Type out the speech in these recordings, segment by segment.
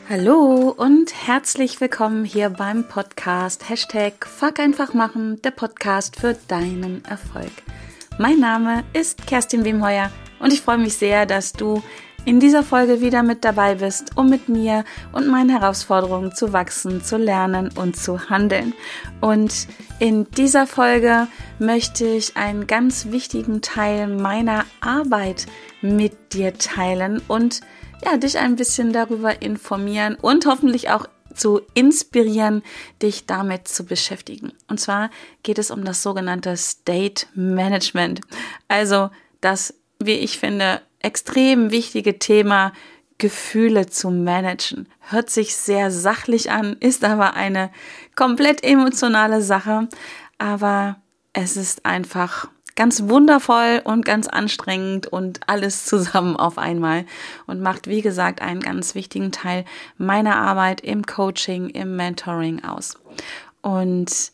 Hallo und herzlich willkommen hier beim Podcast #Fuck einfach machen, der Podcast für deinen Erfolg. Mein Name ist Kerstin Wemheuer und ich freue mich sehr, dass du in dieser Folge wieder mit dabei bist, um mit mir und meinen Herausforderungen zu wachsen, zu lernen und zu handeln. Und in dieser Folge möchte ich einen ganz wichtigen Teil meiner Arbeit mit dir teilen und dich ein bisschen darüber informieren und hoffentlich auch zu inspirieren, dich damit zu beschäftigen. Und zwar geht es um das sogenannte State Management. Also das, wie ich finde, extrem wichtige Thema, Gefühle zu managen. Hört sich sehr sachlich an, ist aber eine komplett emotionale Sache. Aber es ist einfach ganz wundervoll und ganz anstrengend und alles zusammen auf einmal und macht, wie gesagt, einen ganz wichtigen Teil meiner Arbeit im Coaching, im Mentoring aus. Und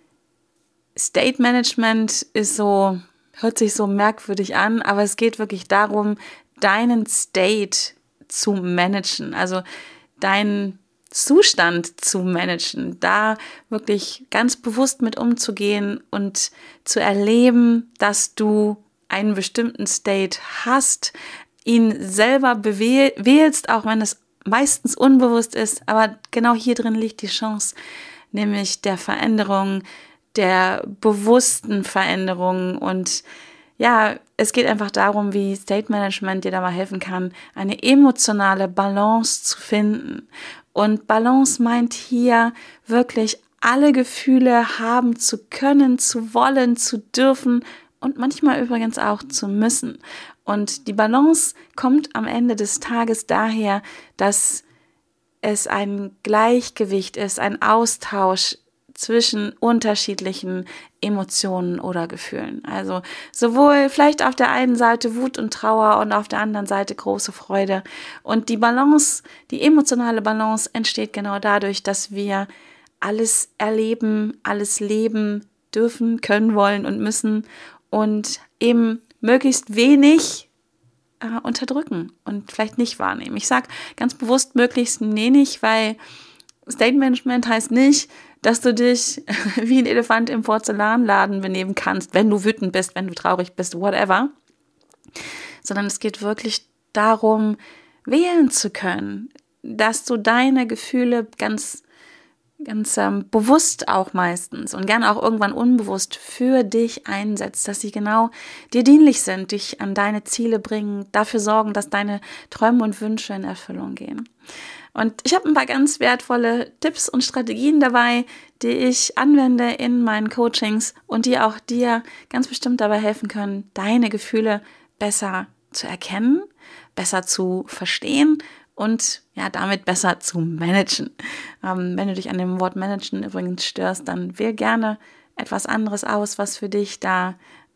State Management hört sich so merkwürdig an, aber es geht wirklich darum, deinen State zu managen, also deinen Zustand zu managen, da wirklich ganz bewusst mit umzugehen und zu erleben, dass du einen bestimmten State hast, ihn selber wählst, auch wenn es meistens unbewusst ist, aber genau hier drin liegt die Chance, nämlich der Veränderung, der bewussten Veränderung. Und ja, es geht einfach darum, wie State Management dir dabei helfen kann, eine emotionale Balance zu finden. Und Balance meint hier wirklich alle Gefühle haben zu können, zu wollen, zu dürfen und manchmal übrigens auch zu müssen. Und die Balance kommt am Ende des Tages daher, dass es ein Gleichgewicht ist, ein Austausch zwischen unterschiedlichen Emotionen oder Gefühlen. Also sowohl vielleicht auf der einen Seite Wut und Trauer und auf der anderen Seite große Freude. Und die Balance, die emotionale Balance entsteht genau dadurch, dass wir alles erleben, alles leben dürfen, können, wollen und müssen und eben möglichst wenig unterdrücken und vielleicht nicht wahrnehmen. Ich sage ganz bewusst möglichst wenig, weil State Management heißt nicht, dass du dich wie ein Elefant im Porzellanladen benehmen kannst, wenn du wütend bist, wenn du traurig bist, whatever. Sondern es geht wirklich darum, wählen zu können, dass du deine Gefühle ganz bewusst auch meistens und gerne auch irgendwann unbewusst für dich einsetzt, dass sie genau dir dienlich sind, dich an deine Ziele bringen, dafür sorgen, dass deine Träume und Wünsche in Erfüllung gehen. Und ich habe ein paar ganz wertvolle Tipps und Strategien dabei, die ich anwende in meinen Coachings und die auch dir ganz bestimmt dabei helfen können, deine Gefühle besser zu erkennen, besser zu verstehen und damit besser zu managen. Wenn du dich an dem Wort managen übrigens störst, dann wähl gerne etwas anderes aus, was für dich da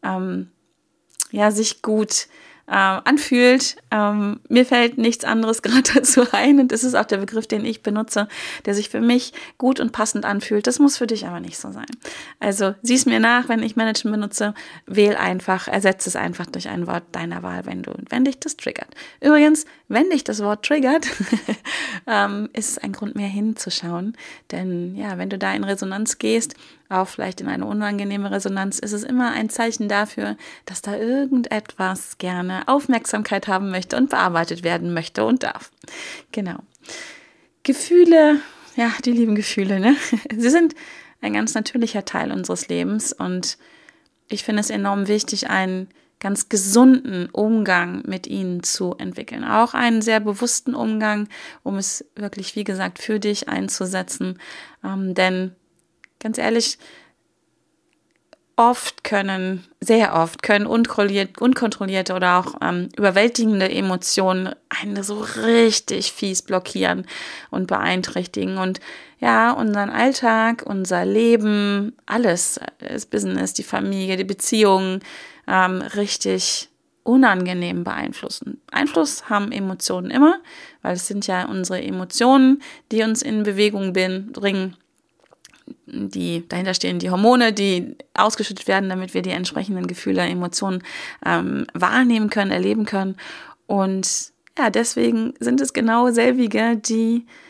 sich gut anfühlt. Mir fällt nichts anderes gerade dazu ein und das ist auch der Begriff, den ich benutze, der sich für mich gut und passend anfühlt. Das muss für dich aber nicht so sein. Also sieh es mir nach, wenn ich Managen benutze, ersetze es einfach durch ein Wort deiner Wahl, wenn dich das triggert. Übrigens, wenn dich das Wort triggert, ist es ein Grund mehr hinzuschauen, denn wenn du da in Resonanz gehst, auch vielleicht in eine unangenehme Resonanz, ist es immer ein Zeichen dafür, dass da irgendetwas gerne Aufmerksamkeit haben möchte und bearbeitet werden möchte und darf. Genau. Gefühle, die lieben Gefühle, ne? Sie sind ein ganz natürlicher Teil unseres Lebens und ich finde es enorm wichtig, einen ganz gesunden Umgang mit ihnen zu entwickeln. Auch einen sehr bewussten Umgang, um es wirklich, wie gesagt, für dich einzusetzen, denn ganz ehrlich, sehr oft können unkontrollierte oder auch überwältigende Emotionen einen so richtig fies blockieren und beeinträchtigen und unseren Alltag, unser Leben, alles, das Business, die Familie, die Beziehungen richtig unangenehm beeinflussen. Einfluss haben Emotionen immer, weil es sind ja unsere Emotionen, die uns in Bewegung bringen. Dahinter stehen die Hormone, die ausgeschüttet werden, damit wir die entsprechenden Gefühle, Emotionen wahrnehmen können, erleben können. Und deswegen sind es genau selbige, die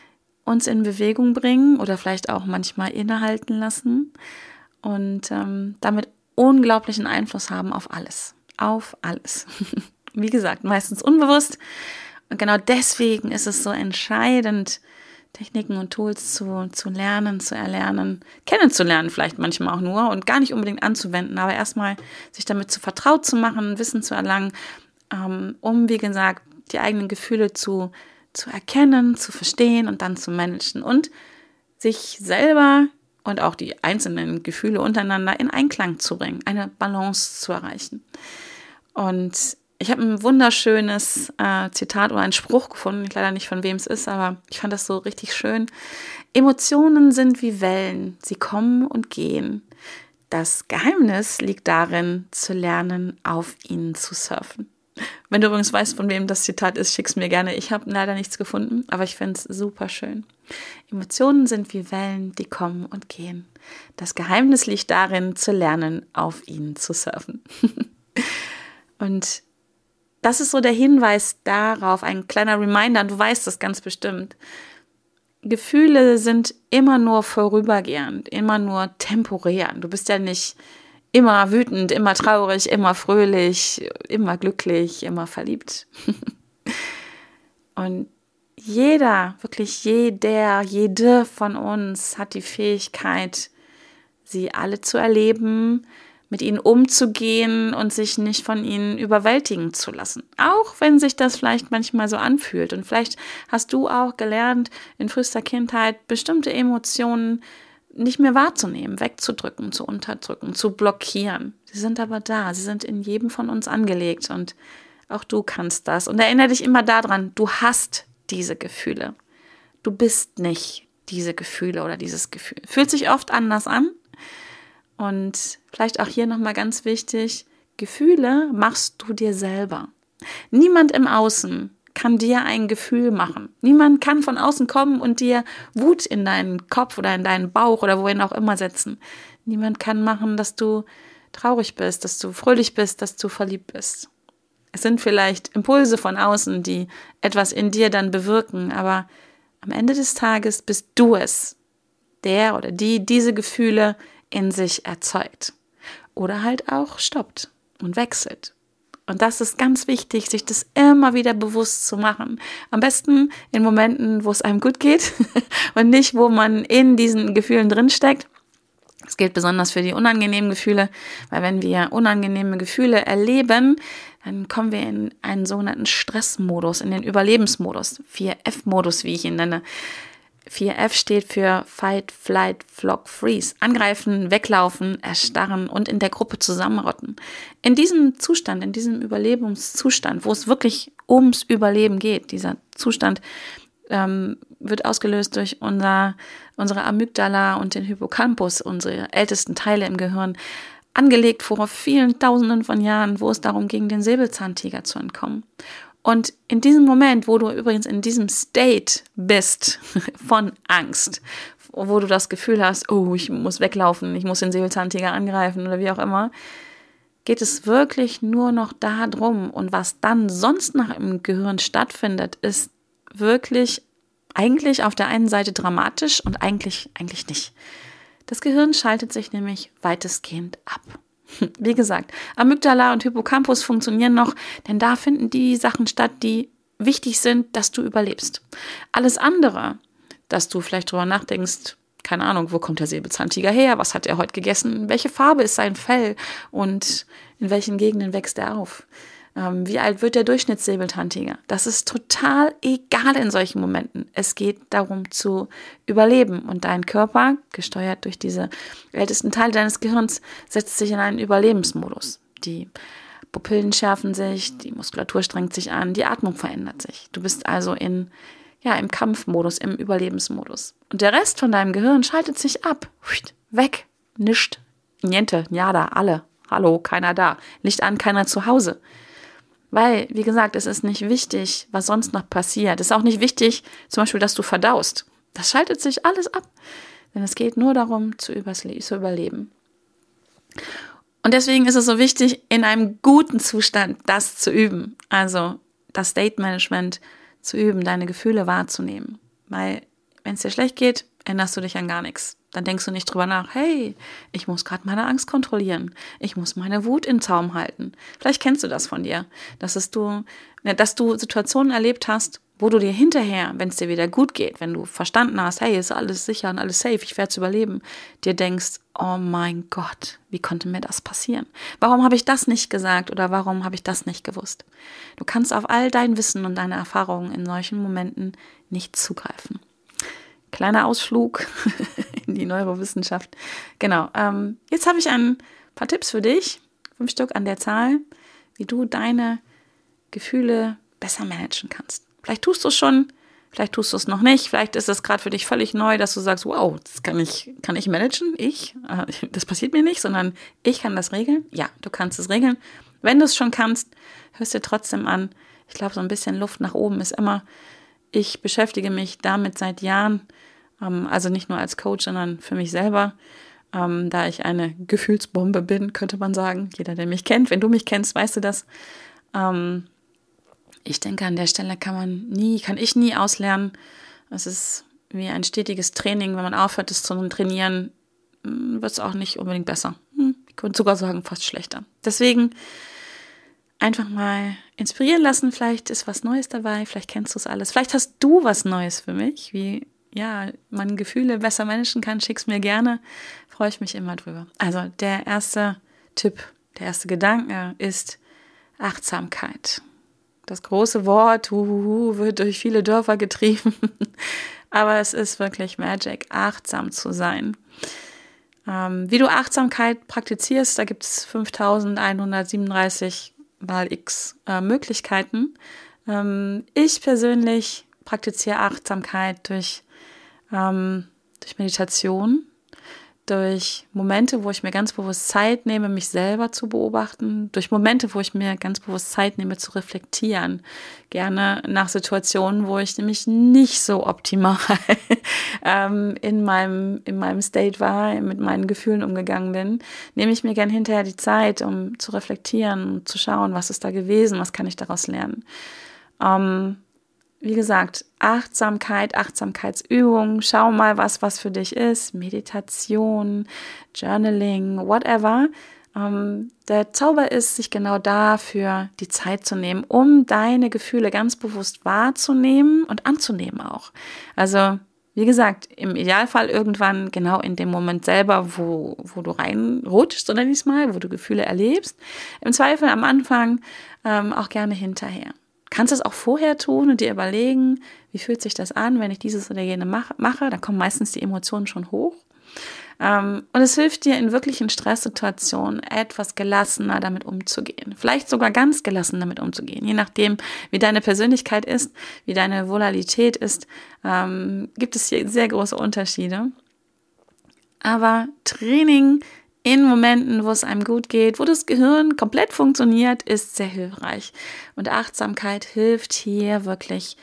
uns in Bewegung bringen oder vielleicht auch manchmal innehalten lassen und damit unglaublichen Einfluss haben auf alles. Auf alles. Wie gesagt, meistens unbewusst. Und genau deswegen ist es so entscheidend, Techniken und Tools zu lernen, zu erlernen, kennenzulernen vielleicht manchmal auch nur und gar nicht unbedingt anzuwenden, aber erstmal sich damit zu vertraut zu machen, Wissen zu erlangen, um, wie gesagt, die eigenen Gefühle zu erkennen, zu verstehen und dann zu managen und sich selber und auch die einzelnen Gefühle untereinander in Einklang zu bringen, eine Balance zu erreichen. Und ich habe ein wunderschönes Zitat oder einen Spruch gefunden, ich leider nicht von wem es ist, aber ich fand das so richtig schön. Emotionen sind wie Wellen, sie kommen und gehen. Das Geheimnis liegt darin, zu lernen, auf ihnen zu surfen. Wenn du übrigens weißt, von wem das Zitat ist, schick's mir gerne. Ich habe leider nichts gefunden, aber ich finde es super schön. Emotionen sind wie Wellen, die kommen und gehen. Das Geheimnis liegt darin, zu lernen, auf ihnen zu surfen. Und das ist so der Hinweis darauf, ein kleiner Reminder, und du weißt das ganz bestimmt. Gefühle sind immer nur vorübergehend, immer nur temporär. Du bist ja nicht immer wütend, immer traurig, immer fröhlich, immer glücklich, immer verliebt. Und wirklich jede von uns hat die Fähigkeit, sie alle zu erleben, mit ihnen umzugehen und sich nicht von ihnen überwältigen zu lassen. Auch wenn sich das vielleicht manchmal so anfühlt. Und vielleicht hast du auch gelernt, in frühester Kindheit bestimmte Emotionen nicht mehr wahrzunehmen, wegzudrücken, zu unterdrücken, zu blockieren. Sie sind aber da, sie sind in jedem von uns angelegt und auch du kannst das. Und erinnere dich immer daran, du hast diese Gefühle. Du bist nicht diese Gefühle oder dieses Gefühl. Fühlt sich oft anders an. Und vielleicht auch hier nochmal ganz wichtig, Gefühle machst du dir selber. Niemand im Außen kann dir ein Gefühl machen. Niemand kann von außen kommen und dir Wut in deinen Kopf oder in deinen Bauch oder wohin auch immer setzen. Niemand kann machen, dass du traurig bist, dass du fröhlich bist, dass du verliebt bist. Es sind vielleicht Impulse von außen, die etwas in dir dann bewirken, aber am Ende des Tages bist du es, der oder die diese Gefühle in sich erzeugt oder halt auch stoppt und wechselt. Und das ist ganz wichtig, sich das immer wieder bewusst zu machen. Am besten in Momenten, wo es einem gut geht und nicht, wo man in diesen Gefühlen drinsteckt. Das gilt besonders für die unangenehmen Gefühle, weil wenn wir unangenehme Gefühle erleben, dann kommen wir in einen sogenannten Stressmodus, in den Überlebensmodus, 4F-Modus, wie ich ihn nenne. 4F steht für Fight, Flight, Flock, Freeze. Angreifen, weglaufen, erstarren und in der Gruppe zusammenrotten. In diesem Zustand, in diesem Überlebenszustand, wo es wirklich ums Überleben geht, dieser Zustand wird ausgelöst durch unsere Amygdala und den Hippocampus, unsere ältesten Teile im Gehirn, angelegt vor vielen Tausenden von Jahren, wo es darum ging, den Säbelzahntiger zu entkommen. Und in diesem Moment, wo du übrigens in diesem State bist von Angst, wo du das Gefühl hast, oh, ich muss weglaufen, ich muss den Säbelzahntiger angreifen oder wie auch immer, geht es wirklich nur noch darum. Und was dann sonst noch im Gehirn stattfindet, ist wirklich eigentlich auf der einen Seite dramatisch und eigentlich nicht. Das Gehirn schaltet sich nämlich weitestgehend ab. Wie gesagt, Amygdala und Hippocampus funktionieren noch, denn da finden die Sachen statt, die wichtig sind, dass du überlebst. Alles andere, dass du vielleicht drüber nachdenkst, keine Ahnung, wo kommt der Säbelzahntiger her, was hat er heute gegessen, welche Farbe ist sein Fell und in welchen Gegenden wächst er auf, wie alt wird der Durchschnittssäbelzahntiger. Das ist total egal in solchen Momenten. Es geht darum zu überleben und dein Körper, gesteuert durch diese ältesten Teile deines Gehirns, setzt sich in einen Überlebensmodus. Die Pupillen schärfen sich, die Muskulatur strengt sich an, die Atmung verändert sich. Du bist also im Kampfmodus, im Überlebensmodus. Und der Rest von deinem Gehirn schaltet sich ab. Weg, nischt, niente, nada, alle. Hallo, keiner da. Licht an, keiner zu Hause. Weil, wie gesagt, es ist nicht wichtig, was sonst noch passiert. Es ist auch nicht wichtig, zum Beispiel, dass du verdaust. Das schaltet sich alles ab. Denn es geht nur darum, zu überleben. Und deswegen ist es so wichtig, in einem guten Zustand das zu üben. Also das State Management zu üben, deine Gefühle wahrzunehmen. Weil wenn es dir schlecht geht, erinnerst du dich an gar nichts. Dann denkst du nicht drüber nach, hey, ich muss gerade meine Angst kontrollieren. Ich muss meine Wut in Zaum halten. Vielleicht kennst du das von dir, dass du Situationen erlebt hast, wo du dir hinterher, wenn es dir wieder gut geht, wenn du verstanden hast, hey, ist alles sicher und alles safe, ich werde es überleben, dir denkst, oh mein Gott, wie konnte mir das passieren? Warum habe ich das nicht gesagt oder warum habe ich das nicht gewusst? Du kannst auf all dein Wissen und deine Erfahrungen in solchen Momenten nicht zugreifen. Kleiner Ausflug in die Neurowissenschaft. Genau, jetzt habe ich ein paar Tipps für dich, 5 Stück an der Zahl, wie du deine Gefühle besser managen kannst. Vielleicht tust du es schon, vielleicht tust du es noch nicht, vielleicht ist es gerade für dich völlig neu, dass du sagst, wow, das kann ich managen, das passiert mir nicht, sondern ich kann das regeln. Ja, du kannst es regeln. Wenn du es schon kannst, hörst dir trotzdem an. Ich glaube, so ein bisschen Luft nach oben ist immer. Ich beschäftige mich damit seit Jahren, also nicht nur als Coach, sondern für mich selber, da ich eine Gefühlsbombe bin, könnte man sagen. Jeder, der mich kennt, wenn du mich kennst, weißt du das. Ich denke, an der Stelle kann ich nie auslernen. Es ist wie ein stetiges Training. Wenn man aufhört, es zu trainieren, wird es auch nicht unbedingt besser. Ich könnte sogar sagen, fast schlechter. Deswegen einfach mal inspirieren lassen. Vielleicht ist was Neues dabei. Vielleicht kennst du es alles. Vielleicht hast du was Neues für mich, wie man Gefühle besser managen kann. Schick's mir gerne. Freue ich mich immer drüber. Also der erste Tipp, der erste Gedanke ist Achtsamkeit. Das große Wort wird durch viele Dörfer getrieben, aber es ist wirklich Magic, achtsam zu sein. Wie du Achtsamkeit praktizierst, da gibt es 5137 mal x Möglichkeiten. Ich persönlich praktiziere Achtsamkeit durch Meditation, durch Momente, wo ich mir ganz bewusst Zeit nehme, mich selber zu beobachten, durch Momente, wo ich mir ganz bewusst Zeit nehme, zu reflektieren. Gerne nach Situationen, wo ich nämlich nicht so optimal in meinem State war, mit meinen Gefühlen umgegangen bin, nehme ich mir gerne hinterher die Zeit, um zu reflektieren und zu schauen, was ist da gewesen, was kann ich daraus lernen. Wie gesagt, Achtsamkeit, Achtsamkeitsübungen, schau mal, was für dich ist, Meditation, Journaling, whatever. Der Zauber ist, sich genau dafür die Zeit zu nehmen, um deine Gefühle ganz bewusst wahrzunehmen und anzunehmen auch. Also, wie gesagt, im Idealfall irgendwann genau in dem Moment selber, wo du reinrutschst oder diesmal, wo du Gefühle erlebst. Im Zweifel am Anfang auch gerne hinterher. Kannst es auch vorher tun und dir überlegen, wie fühlt sich das an, wenn ich dieses oder jene mache. Da kommen meistens die Emotionen schon hoch. Und es hilft dir in wirklichen Stresssituationen etwas gelassener damit umzugehen. Vielleicht sogar ganz gelassen damit umzugehen. Je nachdem, wie deine Persönlichkeit ist, wie deine Volatilität ist, gibt es hier sehr große Unterschiede. Aber Training in Momenten, wo es einem gut geht, wo das Gehirn komplett funktioniert, ist sehr hilfreich. Und Achtsamkeit hilft hier wirklich,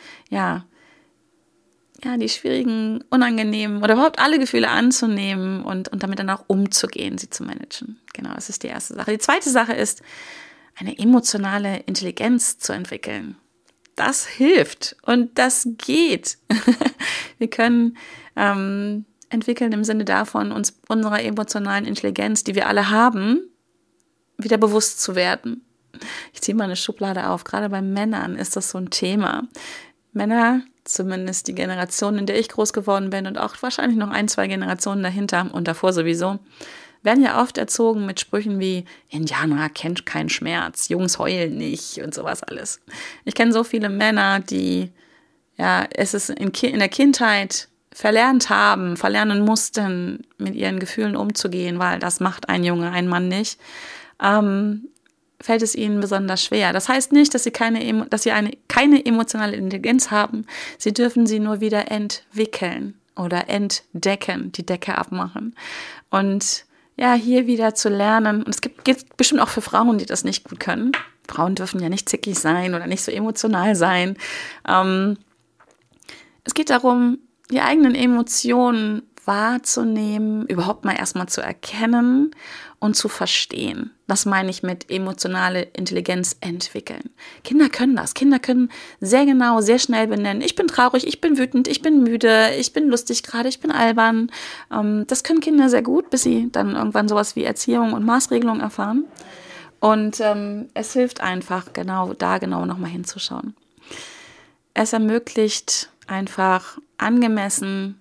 die schwierigen, unangenehmen oder überhaupt alle Gefühle anzunehmen und damit dann auch umzugehen, sie zu managen. Genau, das ist die erste Sache. Die zweite Sache ist, eine emotionale Intelligenz zu entwickeln. Das hilft und das geht. Wir können entwickeln im Sinne davon, uns unserer emotionalen Intelligenz, die wir alle haben, wieder bewusst zu werden. Ich ziehe mal eine Schublade auf. Gerade bei Männern ist das so ein Thema. Männer, zumindest die Generation, in der ich groß geworden bin und auch wahrscheinlich noch 1, 2 Generationen dahinter und davor sowieso, werden ja oft erzogen mit Sprüchen wie Indianer kennt keinen Schmerz, Jungs heulen nicht und sowas alles. Ich kenne so viele Männer, die es ist in der Kindheit verlernen mussten, mit ihren Gefühlen umzugehen, weil das macht ein Junge, ein Mann nicht, fällt es ihnen besonders schwer. Das heißt nicht, dass sie keine emotionale Intelligenz haben. Sie dürfen sie nur wieder entwickeln oder entdecken, die Decke abmachen. Und hier wieder zu lernen, und es gibt bestimmt auch für Frauen, die das nicht gut können. Frauen dürfen ja nicht zickig sein oder nicht so emotional sein. Es geht darum, die eigenen Emotionen wahrzunehmen, überhaupt mal erstmal zu erkennen und zu verstehen. Das meine ich mit emotionale Intelligenz entwickeln. Kinder können das. Kinder können sehr genau, sehr schnell benennen. Ich bin traurig, ich bin wütend, ich bin müde, ich bin lustig gerade, ich bin albern. Das können Kinder sehr gut, bis sie dann irgendwann sowas wie Erziehung und Maßregelung erfahren. Und es hilft einfach, genau nochmal hinzuschauen. Es ermöglicht einfach angemessen,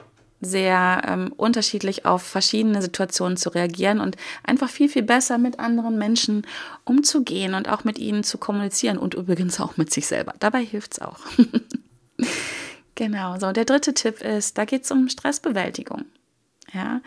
sehr unterschiedlich auf verschiedene Situationen zu reagieren und einfach viel, viel besser mit anderen Menschen umzugehen und auch mit ihnen zu kommunizieren und übrigens auch mit sich selber. Dabei hilft es auch. Genau, so der dritte Tipp ist, da geht es um Stressbewältigung. Ja?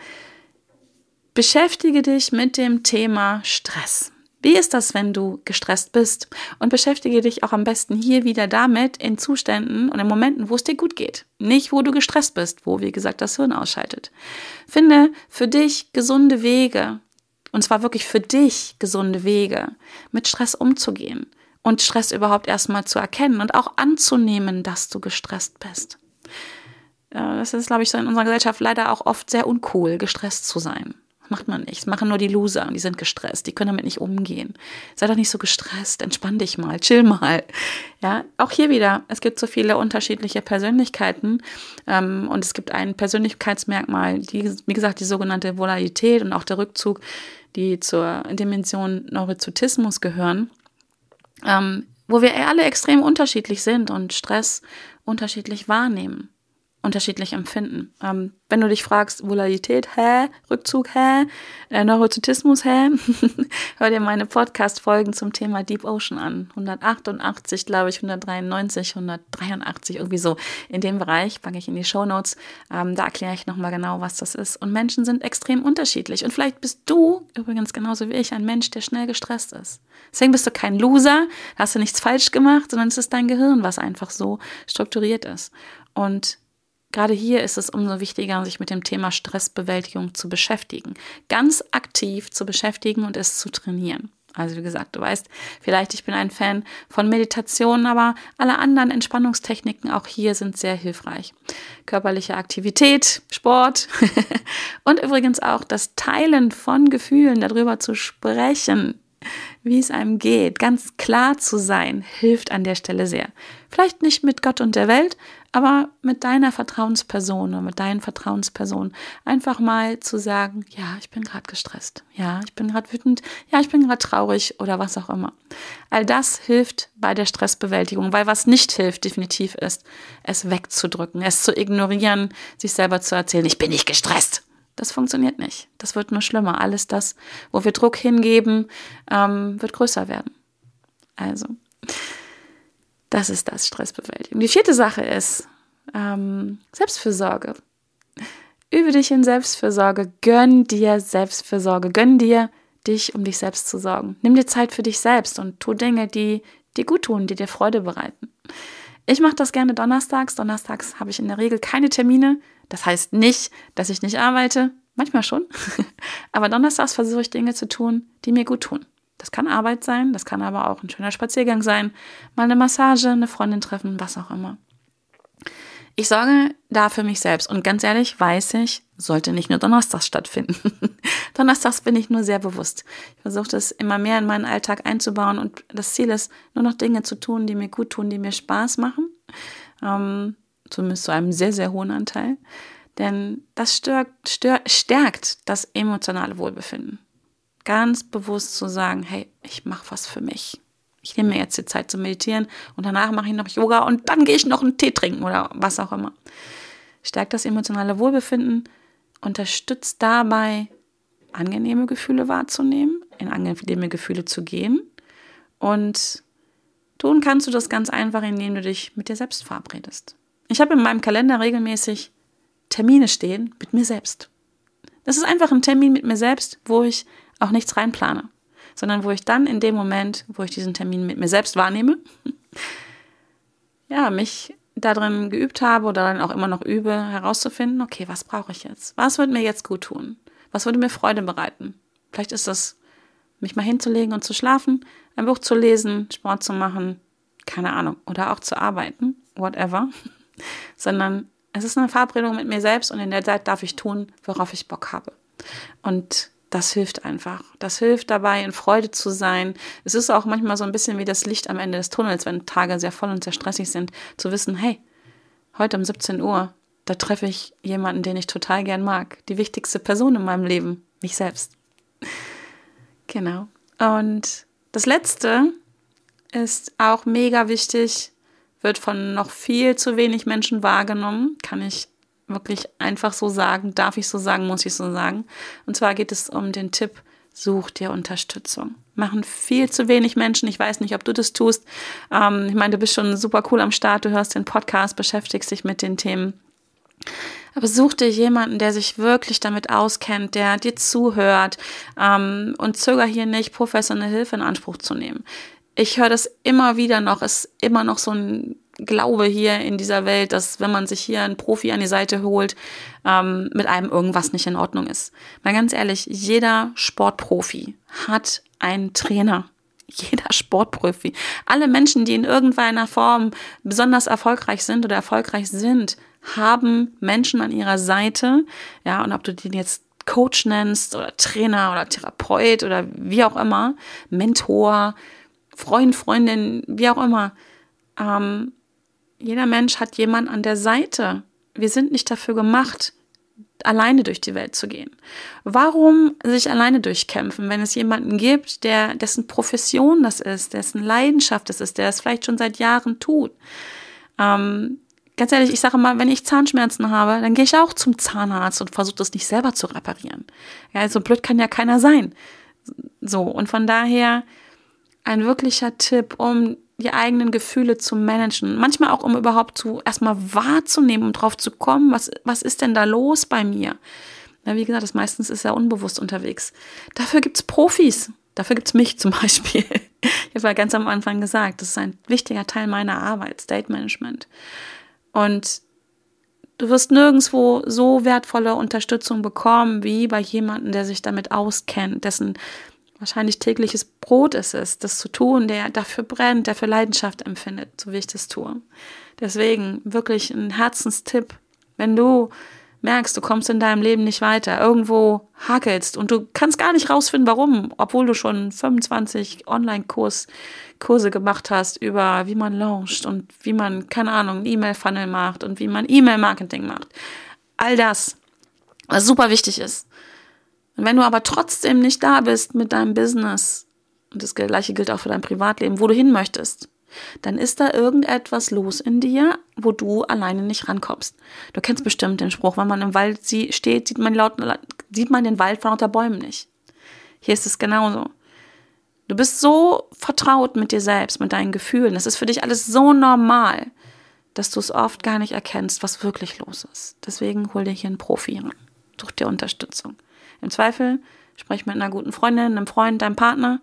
Beschäftige dich mit dem Thema Stress. Wie ist das, wenn du gestresst bist? Und beschäftige dich auch am besten hier wieder damit in Zuständen und in Momenten, wo es dir gut geht. Nicht, wo du gestresst bist, wo, wie gesagt, das Hirn ausschaltet. Finde für dich gesunde Wege, und zwar wirklich für dich gesunde Wege, mit Stress umzugehen und Stress überhaupt erstmal zu erkennen und auch anzunehmen, dass du gestresst bist. Das ist, glaube ich, so in unserer Gesellschaft leider auch oft sehr uncool, gestresst zu sein. Macht man nicht. Das machen nur die Loser. Die sind gestresst. Die können damit nicht umgehen. Sei doch nicht so gestresst. Entspann dich mal. Chill mal. Ja, auch hier wieder. Es gibt so viele unterschiedliche Persönlichkeiten. Und es gibt ein Persönlichkeitsmerkmal, wie gesagt, die sogenannte Volatilität und auch der Rückzug, die zur Dimension Neurozytismus gehören, wo wir alle extrem unterschiedlich sind und Stress unterschiedlich wahrnehmen. Unterschiedlich empfinden. Wenn du dich fragst, Volatilität, Rückzug, Neurozytismus, hör dir meine Podcast-Folgen zum Thema Deep Ocean an. 188, glaube ich, 193, 183, irgendwie so. In dem Bereich packe ich in die Shownotes. Da erkläre ich nochmal genau, was das ist. Und Menschen sind extrem unterschiedlich. Und vielleicht bist du, übrigens genauso wie ich, ein Mensch, der schnell gestresst ist. Deswegen bist du kein Loser, hast du nichts falsch gemacht, sondern es ist dein Gehirn, was einfach so strukturiert ist. Und gerade hier ist es umso wichtiger, sich mit dem Thema Stressbewältigung zu beschäftigen. Ganz aktiv zu beschäftigen und es zu trainieren. Also wie gesagt, du weißt, vielleicht ich bin ein Fan von Meditation, aber alle anderen Entspannungstechniken auch hier sind sehr hilfreich. Körperliche Aktivität, Sport und übrigens auch das Teilen von Gefühlen, darüber zu sprechen, wie es einem geht, ganz klar zu sein, hilft an der Stelle sehr. Vielleicht nicht mit Gott und der Welt, aber mit deiner Vertrauensperson oder mit deinen Vertrauenspersonen einfach mal zu sagen, ja, ich bin gerade gestresst, ja, ich bin gerade wütend, ja, ich bin gerade traurig oder was auch immer. All das hilft bei der Stressbewältigung, weil was nicht hilft, definitiv ist, es wegzudrücken, es zu ignorieren, sich selber zu erzählen, ich bin nicht gestresst. Das funktioniert nicht. Das wird nur schlimmer. Alles das, wo wir Druck hingeben, wird größer werden. Also, das ist das, Stressbewältigung. Die vierte Sache ist Selbstfürsorge. Übe dich in Selbstfürsorge. Gönn dir Selbstfürsorge. Gönn dir, dich um dich selbst zu sorgen. Nimm dir Zeit für dich selbst und tu Dinge, die dir gut tun, die dir Freude bereiten. Ich mache das gerne donnerstags. Donnerstags habe ich in der Regel keine Termine. Das heißt nicht, dass ich nicht arbeite. Manchmal schon. Aber donnerstags versuche ich Dinge zu tun, die mir gut tun. Das kann Arbeit sein, das kann aber auch ein schöner Spaziergang sein, mal eine Massage, eine Freundin treffen, was auch immer. Ich sorge da für mich selbst. Und ganz ehrlich, weiß ich, sollte nicht nur donnerstags stattfinden. Donnerstags bin ich nur sehr bewusst. Ich versuche das immer mehr in meinen Alltag einzubauen und das Ziel ist, nur noch Dinge zu tun, die mir gut tun, die mir Spaß machen. Zumindest zu einem sehr, sehr hohen Anteil. Denn das stärkt das emotionale Wohlbefinden. Ganz bewusst zu sagen, hey, ich mache was für mich. Ich nehme mir jetzt die Zeit zu meditieren und danach mache ich noch Yoga und dann gehe ich noch einen Tee trinken oder was auch immer. Stärkt das emotionale Wohlbefinden, unterstützt dabei, angenehme Gefühle wahrzunehmen, in angenehme Gefühle zu gehen. Und tun kannst du das ganz einfach, indem du dich mit dir selbst verabredest. Ich habe in meinem Kalender regelmäßig Termine stehen mit mir selbst. Das ist einfach ein Termin mit mir selbst, wo ich auch nichts reinplane, sondern wo ich dann in dem Moment, wo ich diesen Termin mit mir selbst wahrnehme, ja, mich darin geübt habe oder dann auch immer noch übe, herauszufinden, okay, was brauche ich jetzt? Was würde mir jetzt gut tun? Was würde mir Freude bereiten? Vielleicht ist das, mich mal hinzulegen und zu schlafen, ein Buch zu lesen, Sport zu machen, keine Ahnung, oder auch zu arbeiten, whatever, sondern Es ist eine Verabredung mit mir selbst und in der Zeit darf ich tun, worauf ich Bock habe. Und das hilft einfach. Das hilft dabei, in Freude zu sein. Es ist auch manchmal so ein bisschen wie das Licht am Ende des Tunnels, wenn Tage sehr voll und sehr stressig sind, zu wissen, hey, heute um 17 Uhr, da treffe ich jemanden, den ich total gern mag. Die wichtigste Person in meinem Leben, mich selbst. Genau. Und das Letzte ist auch mega wichtig, wird von noch viel zu wenig Menschen wahrgenommen, kann ich wirklich einfach so sagen, darf ich so sagen, muss ich so sagen. Und zwar geht es um den Tipp, such dir Unterstützung. Machen viel zu wenig Menschen, ich weiß nicht, ob du das tust. Ich meine, du bist schon super cool am Start, du hörst den Podcast, beschäftigst dich mit den Themen. Aber such dir jemanden, der sich wirklich damit auskennt, der dir zuhört und zöger hier nicht, professionelle Hilfe in Anspruch zu nehmen. Ich höre das immer wieder noch, ist immer noch so ein Glaube hier in dieser Welt, dass wenn man sich hier einen Profi an die Seite holt, mit einem irgendwas nicht in Ordnung ist. Mal ganz ehrlich, jeder Sportprofi hat einen Trainer. Jeder Sportprofi. Alle Menschen, die in irgendeiner Form besonders erfolgreich sind oder erfolgreich sind, haben Menschen an ihrer Seite. Ja, und ob du den jetzt Coach nennst oder Trainer oder Therapeut oder wie auch immer, Mentor, Freund, Freundin, wie auch immer. Jeder Mensch hat jemanden an der Seite. Wir sind nicht dafür gemacht, alleine durch die Welt zu gehen. Warum sich alleine durchkämpfen, wenn es jemanden gibt, dessen Profession das ist, dessen Leidenschaft das ist, der das vielleicht schon seit Jahren tut? Ganz ehrlich, ich sage mal, wenn ich Zahnschmerzen habe, dann gehe ich auch zum Zahnarzt und versuche das nicht selber zu reparieren. Ja, so blöd kann ja keiner sein. So, und von daher ein wirklicher Tipp, um die eigenen Gefühle zu managen. Manchmal auch, um überhaupt erstmal wahrzunehmen, um drauf zu kommen, was ist denn da los bei mir? Na, wie gesagt, meistens ist er unbewusst unterwegs. Dafür gibt's Profis. Dafür gibt's mich zum Beispiel. Ich habe ja ganz am Anfang gesagt, das ist ein wichtiger Teil meiner Arbeit, State Management. Und du wirst nirgendwo so wertvolle Unterstützung bekommen, wie bei jemandem, der sich damit auskennt, dessen wahrscheinlich tägliches Brot ist es, das zu tun, der dafür brennt, der für Leidenschaft empfindet, so wie ich das tue. Deswegen wirklich ein Herzenstipp, wenn du merkst, du kommst in deinem Leben nicht weiter, irgendwo hakelst und du kannst gar nicht rausfinden, warum, obwohl du schon 25 Online-Kurse gemacht hast über wie man launcht und wie man, keine Ahnung, einen E-Mail-Funnel macht und wie man E-Mail-Marketing macht. All das, was super wichtig ist. Und wenn du aber trotzdem nicht da bist mit deinem Business, und das Gleiche gilt auch für dein Privatleben, wo du hin möchtest, dann ist da irgendetwas los in dir, wo du alleine nicht rankommst. Du kennst bestimmt den Spruch, wenn man im Wald steht, sieht man den Wald vor lauter Bäumen nicht. Hier ist es genauso. Du bist so vertraut mit dir selbst, mit deinen Gefühlen. Das ist für dich alles so normal, dass du es oft gar nicht erkennst, was wirklich los ist. Deswegen hol dir hier einen Profi ran. Such dir Unterstützung. Im Zweifel sprich mit einer guten Freundin, einem Freund, deinem Partner.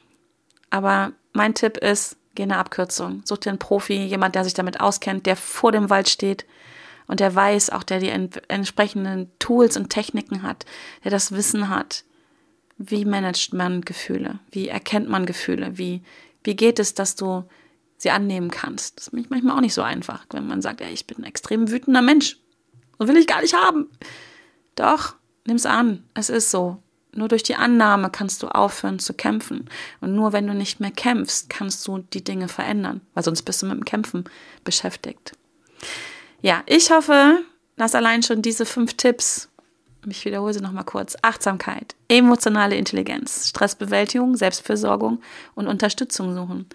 Aber mein Tipp ist, geh eine Abkürzung. Such dir einen Profi, jemand, der sich damit auskennt, der vor dem Wald steht und der weiß, auch der die entsprechenden Tools und Techniken hat, der das Wissen hat. Wie managt man Gefühle? Wie erkennt man Gefühle? Wie geht es, dass du sie annehmen kannst? Das ist manchmal auch nicht so einfach, wenn man sagt, ich bin ein extrem wütender Mensch. So will ich gar nicht haben. Doch, nimm's an. Es ist so. Nur durch die Annahme kannst du aufhören zu kämpfen. Und nur wenn du nicht mehr kämpfst, kannst du die Dinge verändern. Weil sonst bist du mit dem Kämpfen beschäftigt. Ja, ich hoffe, dass allein schon diese 5 Tipps, ich wiederhole sie nochmal kurz, Achtsamkeit, emotionale Intelligenz, Stressbewältigung, Selbstfürsorgung und Unterstützung suchen,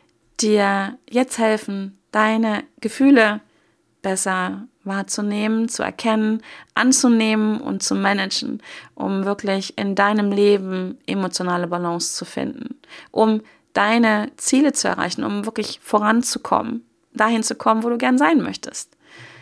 dir jetzt helfen, deine Gefühle besser wahrzunehmen, zu erkennen, anzunehmen und zu managen, um wirklich in deinem Leben emotionale Balance zu finden, um deine Ziele zu erreichen, um wirklich voranzukommen, dahin zu kommen, wo du gern sein möchtest.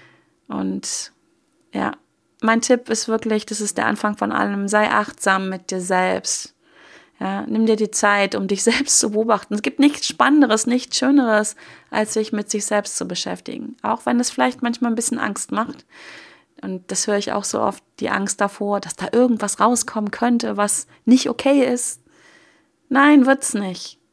Und ja, mein Tipp ist wirklich, das ist der Anfang von allem, sei achtsam mit dir selbst. Ja, nimm dir die Zeit, um dich selbst zu beobachten. Es gibt nichts Spannenderes, nichts Schöneres, als sich mit sich selbst zu beschäftigen. Auch wenn es vielleicht manchmal ein bisschen Angst macht. Und das höre ich auch so oft, die Angst davor, dass da irgendwas rauskommen könnte, was nicht okay ist. Nein, wird's nicht.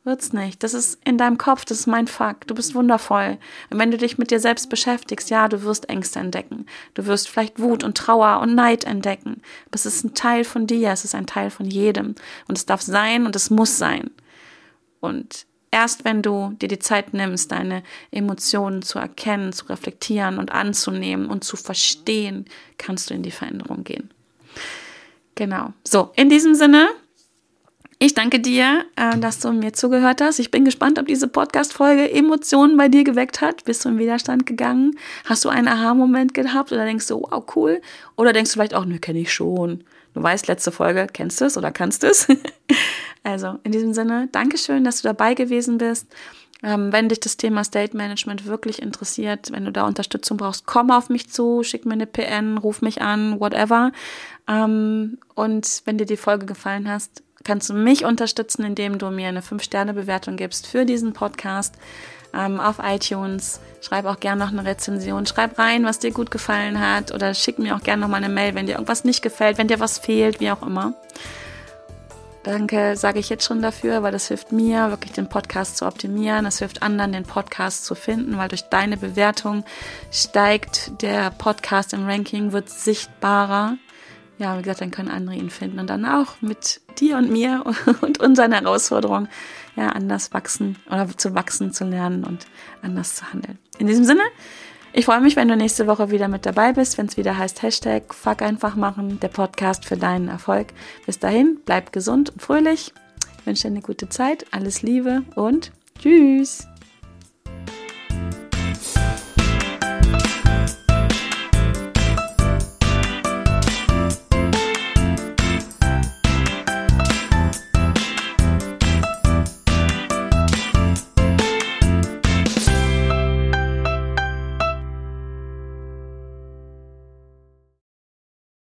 Wird's nicht. Das ist in deinem Kopf, das ist mein Fakt. Du bist wundervoll. Und wenn du dich mit dir selbst beschäftigst, ja, du wirst Ängste entdecken. Du wirst vielleicht Wut und Trauer und Neid entdecken. Aber es ist ein Teil von dir, es ist ein Teil von jedem. Und es darf sein und es muss sein. Und erst wenn du dir die Zeit nimmst, deine Emotionen zu erkennen, zu reflektieren und anzunehmen und zu verstehen, kannst du in die Veränderung gehen. Genau. So, in diesem Sinne, ich danke dir, dass du mir zugehört hast. Ich bin gespannt, ob diese Podcast-Folge Emotionen bei dir geweckt hat. Bist du in Widerstand gegangen? Hast du einen Aha-Moment gehabt oder denkst du, wow, cool? Oder denkst du vielleicht auch, ne, kenne ich schon. Du weißt, letzte Folge, kennst du es oder kannst es? Also, in diesem Sinne, Dankeschön, dass du dabei gewesen bist. Wenn dich das Thema State Management wirklich interessiert, wenn du da Unterstützung brauchst, komm auf mich zu, schick mir eine PN, ruf mich an, whatever. Und wenn dir die Folge gefallen hat, kannst du mich unterstützen, indem du mir eine 5-Sterne-Bewertung gibst für diesen Podcast auf iTunes. Schreib auch gerne noch eine Rezension. Schreib rein, was dir gut gefallen hat oder schick mir auch gerne noch mal eine Mail, wenn dir irgendwas nicht gefällt, wenn dir was fehlt, wie auch immer. Danke, sage ich jetzt schon dafür, weil das hilft mir, wirklich den Podcast zu optimieren. Es hilft anderen, den Podcast zu finden, weil durch deine Bewertung steigt der Podcast im Ranking, wird sichtbarer. Ja, wie gesagt, dann können andere ihn finden und dann auch mit dir und mir und unseren Herausforderungen ja anders wachsen oder zu wachsen, zu lernen und anders zu handeln. In diesem Sinne, ich freue mich, wenn du nächste Woche wieder mit dabei bist, wenn es wieder heißt Hashtag Fuck einfach machen, der Podcast für deinen Erfolg. Bis dahin, bleib gesund und fröhlich. Ich wünsche dir eine gute Zeit, alles Liebe und tschüss.